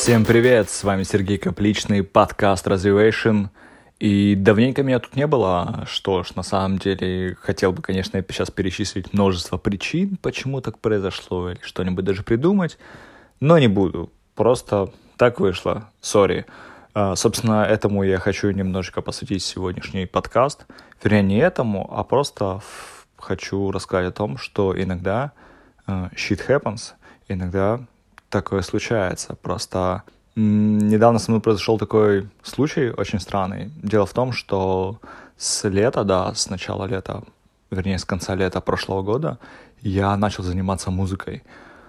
Всем привет, с вами Сергей Капличный, подкаст Развивation. И давненько меня тут не было. Что ж, на самом деле, хотел бы, конечно, сейчас перечислить множество причин, почему так произошло, или что-нибудь даже придумать, но не буду. Просто так вышло, сори. Собственно, этому я хочу немножечко посвятить сегодняшний подкаст. Вернее, не этому, а просто хочу рассказать о том, что иногда shit happens, иногда такое случается. Просто недавно со мной произошел такой случай очень странный. Дело в том, что с начала лета, вернее, с конца лета прошлого года я начал заниматься музыкой.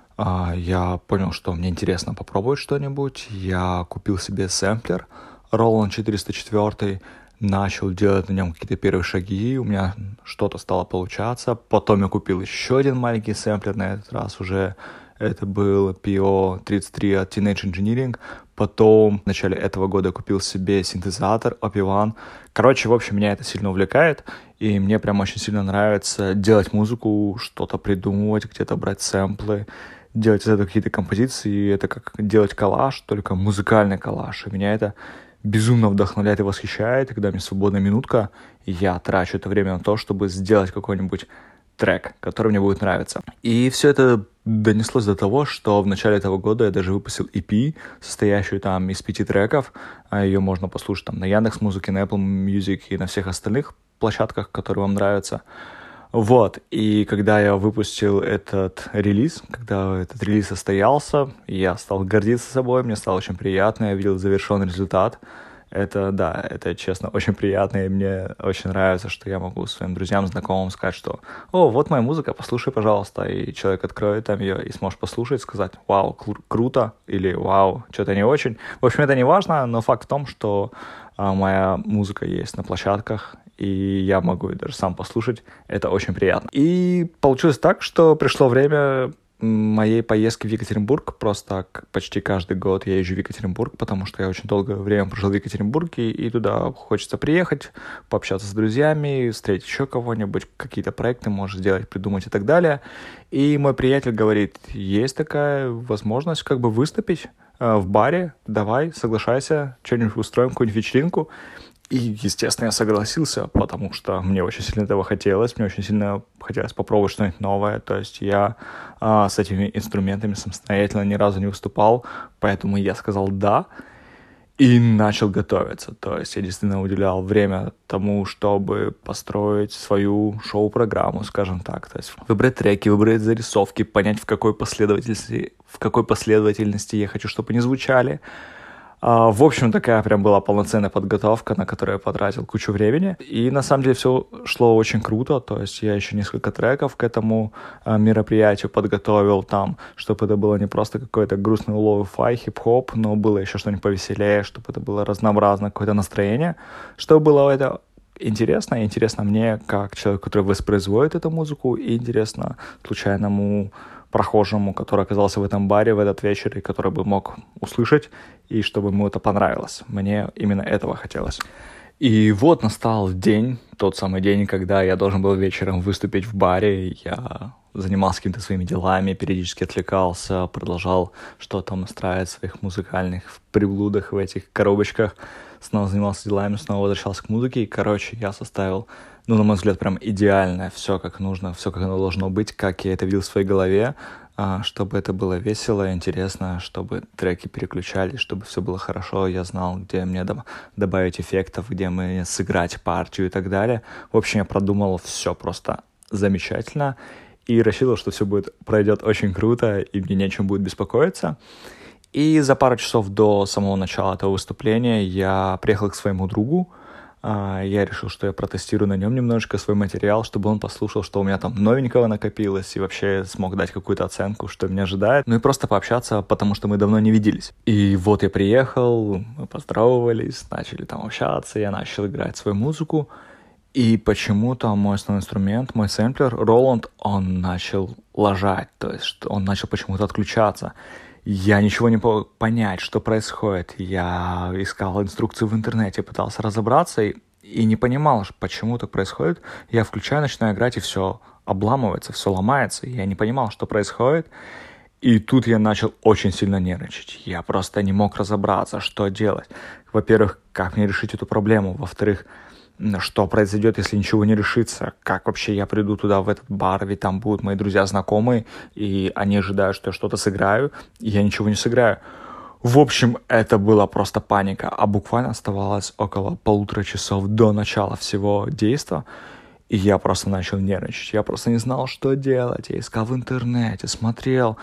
Я понял, что мне интересно попробовать что-нибудь. Я купил себе сэмплер Roland 404, начал делать на нем какие-то первые шаги, у меня что-то стало получаться. Потом я купил еще один маленький сэмплер, на этот раз уже это был PO-33 от Teenage Engineering. Потом в начале этого года я купил себе синтезатор OP1. Короче, в общем, меня это сильно увлекает, и мне прям очень сильно нравится делать музыку, что-то придумывать, где-то брать сэмплы, делать из этого какие-то композиции. Это как делать коллаж, только музыкальный коллаж. И меня это безумно вдохновляет и восхищает. И когда у меня свободная минутка, я трачу это время на то, чтобы сделать какой-нибудь трек, который мне будет нравиться. И все это донеслось до того, что в начале этого года я даже выпустил EP, состоящую там из 5 треков. Ее можно послушать там на Яндекс.Музыке, на Apple Music и на всех остальных площадках, которые вам нравятся. Вот, и когда я выпустил этот релиз, когда этот релиз состоялся, я стал гордиться собой, мне стало очень приятно, я видел завершенный результат. Это честно очень приятно, и мне очень нравится, что я могу своим друзьям, знакомым сказать, что «О, вот моя музыка, послушай, пожалуйста», и человек откроет там ее и сможет послушать, сказать «Вау, круто» или «Вау, что-то не очень». В общем, это не важно, но факт в том, что моя музыка есть на площадках, и я могу ее даже сам послушать, это очень приятно. И получилось так, что пришло время моей поездки в Екатеринбург. Просто почти каждый год я езжу в Екатеринбург, потому что я очень долгое время прожил в Екатеринбурге, и туда хочется приехать, пообщаться с друзьями, встретить еще кого-нибудь, какие-то проекты, может, сделать, придумать и так далее. И мой приятель говорит, есть такая возможность как бы выступить в баре, давай, соглашайся, что-нибудь устроим, какую-нибудь вечеринку. И, естественно, я согласился, потому что мне очень сильно этого хотелось, мне очень сильно хотелось попробовать что-нибудь новое, то есть я с этими инструментами самостоятельно ни разу не выступал, поэтому я сказал «да» и начал готовиться, то есть я действительно уделял время тому, чтобы построить свою шоу-программу, скажем так, то есть выбрать треки, выбрать зарисовки, понять, в какой последовательности я хочу, чтобы они звучали. В общем, такая прям была полноценная подготовка, на которую я потратил кучу времени. И на самом деле все шло очень круто. То есть я еще несколько треков к этому мероприятию подготовил там, чтобы это было не просто какой-то грустный лоу-фай, хип-хоп, но было еще что-нибудь повеселее, чтобы это было разнообразно, какое-то настроение, чтобы было это интересно. Интересно мне, как человеку, который воспроизводит эту музыку, и интересно случайному прохожему, который оказался в этом баре в этот вечер, и который бы мог услышать, и чтобы ему это понравилось. Мне именно этого хотелось. И вот настал день, тот самый день, когда я должен был вечером выступить в баре. Я занимался какими-то своими делами, периодически отвлекался, продолжал что-то настраивать в своих музыкальных приблудах, в этих коробочках. Снова занимался делами, снова возвращался к музыке. И, я составил, на мой взгляд, прям идеальное, все как нужно, все как оно должно быть, как я это видел в своей голове, чтобы это было весело, интересно, чтобы треки переключались, чтобы все было хорошо, я знал, где мне добавить эффектов, где мне сыграть партию и так далее. В общем, я продумал все просто замечательно и рассчитывал, что все пройдет очень круто, и мне нечем будет беспокоиться. И за пару часов до самого начала этого выступления я приехал к своему другу. Я решил, что я протестирую на нем немножечко свой материал, чтобы он послушал, что у меня там новенького накопилось, и вообще смог дать какую-то оценку, что меня ожидает. Ну и просто пообщаться, потому что мы давно не виделись. И вот я приехал, мы поздоровались, начали там общаться, я начал играть свою музыку. И почему-то мой основной инструмент, мой сэмплер, Roland, он начал ложать, то есть он начал почему-то отключаться. Я ничего не мог понять, что происходит. Я искал инструкции в интернете, пытался разобраться и не понимал, почему так происходит. Я включаю, начинаю играть, и все обламывается, все ломается. Я не понимал, что происходит. И тут я начал очень сильно нервничать. Я просто не мог разобраться, что делать. Во-первых, как мне решить эту проблему? Во-вторых, что произойдет, если ничего не решится? Как вообще я приду туда, в этот бар, ведь там будут мои друзья знакомые, и они ожидают, что я что-то сыграю, и я ничего не сыграю. В общем, это была просто паника, а буквально оставалось около 1,5 часа до начала всего действа, и я просто начал нервничать. Я просто не знал, что делать. Я искал в интернете, смотрел.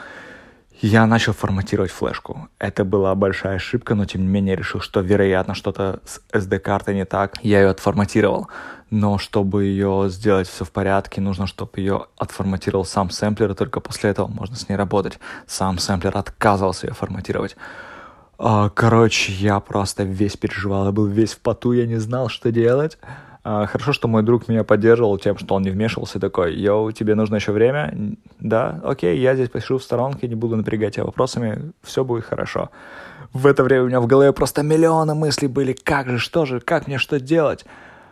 Я начал форматировать флешку. Это была большая ошибка, но тем не менее я решил, что, вероятно, что-то с SD-картой не так. Я ее отформатировал. Но чтобы ее сделать все в порядке, нужно, чтобы ее отформатировал сам сэмплер, и только после этого можно с ней работать. Сам сэмплер отказывался ее форматировать. Короче, я просто весь переживал, я был весь в поту, я не знал, что делать. Хорошо, что мой друг меня поддерживал тем, что он не вмешивался, такой: «Йоу, тебе нужно еще время?» «Да, окей, я здесь посижу в сторонке, не буду напрягать тебя вопросами, все будет хорошо». В это время у меня в голове просто миллионы мыслей были: как же, что же, как мне что делать?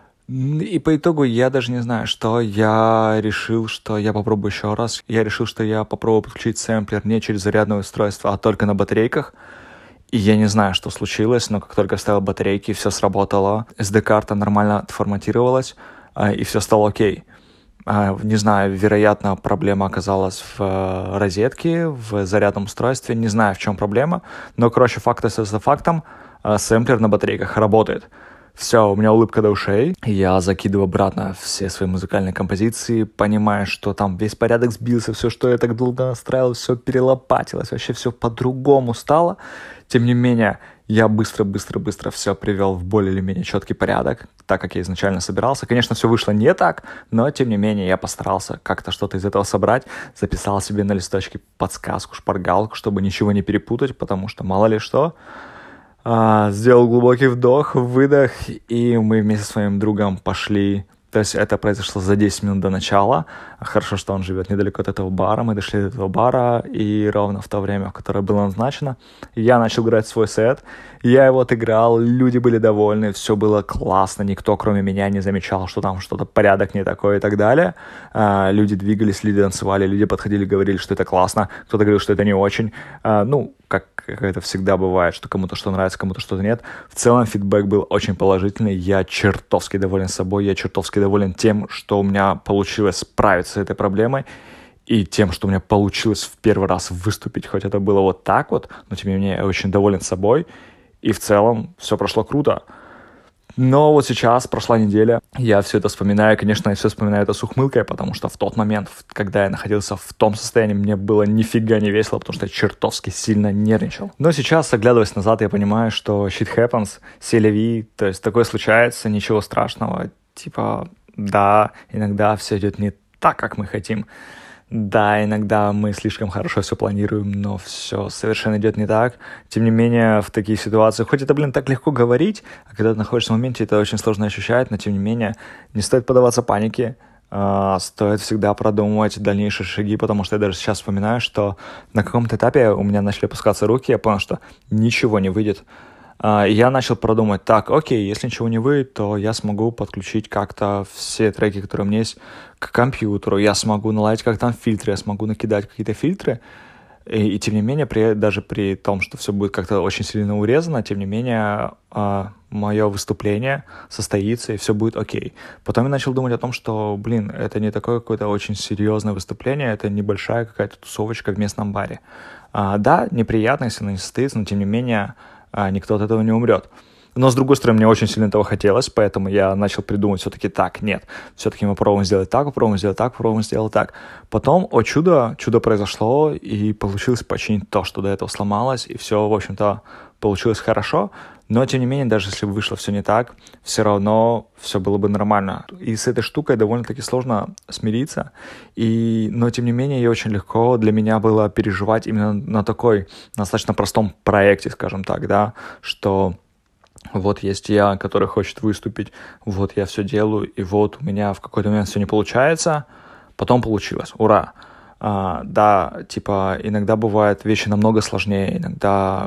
И по итогу я даже не знаю, что я решил, что я попробую еще раз. Я решил, что я попробую подключить сэмплер не через зарядное устройство, а только на батарейках. И я не знаю, что случилось, но как только вставил батарейки, все сработало. SD-карта нормально отформатировалась, и все стало окей. Не знаю, вероятно, проблема оказалась в розетке, в зарядном устройстве. Не знаю, в чем проблема. Но, короче, факт остается фактом. Сэмплер на батарейках работает. Все, у меня улыбка до ушей. Я закидываю обратно все свои музыкальные композиции, понимая, что там весь порядок сбился, все, что я так долго настраивал, все перелопатилось, вообще все по-другому стало. Тем не менее, я быстро все привел в более или менее четкий порядок, так как я изначально собирался. Конечно, все вышло не так, но тем не менее я постарался как-то что-то из этого собрать, записал себе на листочке подсказку, шпаргалку, чтобы ничего не перепутать, потому что мало ли что. Сделал глубокий вдох, выдох, и мы вместе с моим другом пошли. То есть это произошло за 10 минут до начала. Хорошо, что он живет недалеко от этого бара. Мы дошли до этого бара, и ровно в то время, в которое было назначено, я начал играть свой сет. Я его отыграл, люди были довольны, все было классно. Никто, кроме меня, не замечал, что там что-то порядок не такой и так далее. Люди двигались, люди танцевали, люди подходили, говорили, что это классно. Кто-то говорил, что это не очень. Как это всегда бывает, что кому-то что нравится, кому-то что-то нет. В целом фидбэк был очень положительный. Я чертовски доволен собой, я чертовски доволен тем, что у меня получилось справиться с этой проблемой, и тем, что у меня получилось в первый раз выступить, хоть это было вот так вот, но тем не менее я очень доволен собой, и в целом все прошло круто. Но вот сейчас, прошла неделя, я все это вспоминаю, конечно, я все вспоминаю это с ухмылкой, потому что в тот момент, когда я находился в том состоянии, мне было нифига не весело, потому что я чертовски сильно нервничал. Но сейчас, оглядываясь назад, я понимаю, что shit happens, c'est la vie, то есть такое случается, ничего страшного. Типа, да, иногда все идет не так, как мы хотим. Да, иногда мы слишком хорошо все планируем, но все совершенно идет не так. Тем не менее, в таких ситуациях, хоть это, так легко говорить, а когда ты находишься в моменте, это очень сложно ощущать, но тем не менее, не стоит поддаваться панике, стоит всегда продумывать дальнейшие шаги, потому что я даже сейчас вспоминаю, что на каком-то этапе у меня начали опускаться руки, я понял, что ничего не выйдет. Я начал продумать: так, окей, если ничего не выйдет, то я смогу подключить как-то все треки, которые у меня есть, к компьютеру, я смогу наладить как там фильтры, я смогу накидать какие-то фильтры, и тем не менее, даже при том, что все будет как-то очень сильно урезано, тем не менее, мое выступление состоится, и все будет окей. Потом я начал думать о том, что, это не такое какое-то очень серьезное выступление, это небольшая какая-то тусовочка в местном баре. Да, неприятно, если она не состоится, но тем не менее, никто от этого не умрет. Но, с другой стороны, мне очень сильно этого хотелось, поэтому я начал придумать все-таки так, нет, все-таки мы попробуем сделать так, попробуем сделать так, попробуем сделать так. Потом, чудо произошло, и получилось починить то, что до этого сломалось, и все, в общем-то, получилось хорошо. Но, тем не менее, даже если бы вышло все не так, все равно все было бы нормально. И с этой штукой довольно-таки сложно смириться. Но, тем не менее, очень легко для меня было переживать именно на такой достаточно простом проекте, скажем так, да, что вот есть я, который хочет выступить, вот я все делаю, и вот у меня в какой-то момент все не получается, потом получилось, ура. Да, иногда бывают вещи намного сложнее, иногда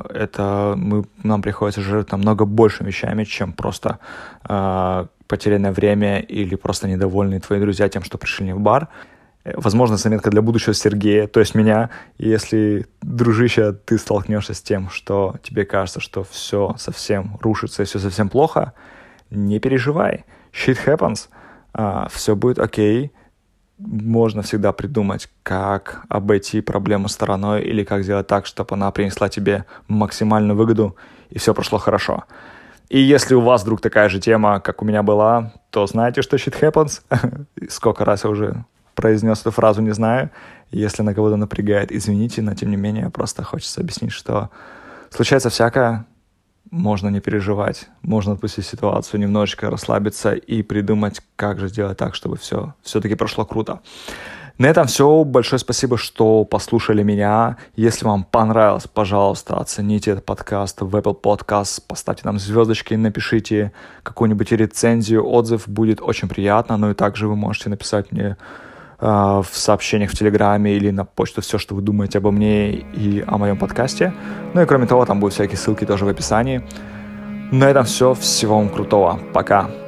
нам приходится жертвовать намного большими вещами, чем просто потерянное время или просто недовольные твои друзья тем, что пришли не в бар. Возможно, заметка для будущего Сергея, то есть меня. И если, дружище, ты столкнешься с тем, что тебе кажется, что все совсем рушится и все совсем плохо, не переживай. Shit happens. Все будет окей. Можно всегда придумать, как обойти проблему стороной или как сделать так, чтобы она принесла тебе максимальную выгоду и все прошло хорошо. И если у вас вдруг такая же тема, как у меня была, то знаете, что shit happens. Сколько раз я уже произнес эту фразу, не знаю. Если на кого-то напрягает, извините, но тем не менее просто хочется объяснить, что случается всякое, можно не переживать, можно отпустить ситуацию, немножечко расслабиться и придумать, как же сделать так, чтобы все-таки прошло круто. На этом все. Большое спасибо, что послушали меня. Если вам понравилось, пожалуйста, оцените этот подкаст в Apple Podcasts, поставьте нам звездочки, напишите какую-нибудь рецензию, отзыв, будет очень приятно. Ну и также вы можете написать мне в сообщениях в Телеграме или на почту все, что вы думаете обо мне и о моем подкасте. Ну и кроме того, там будут всякие ссылки тоже в описании. На этом все. Всего вам крутого. Пока.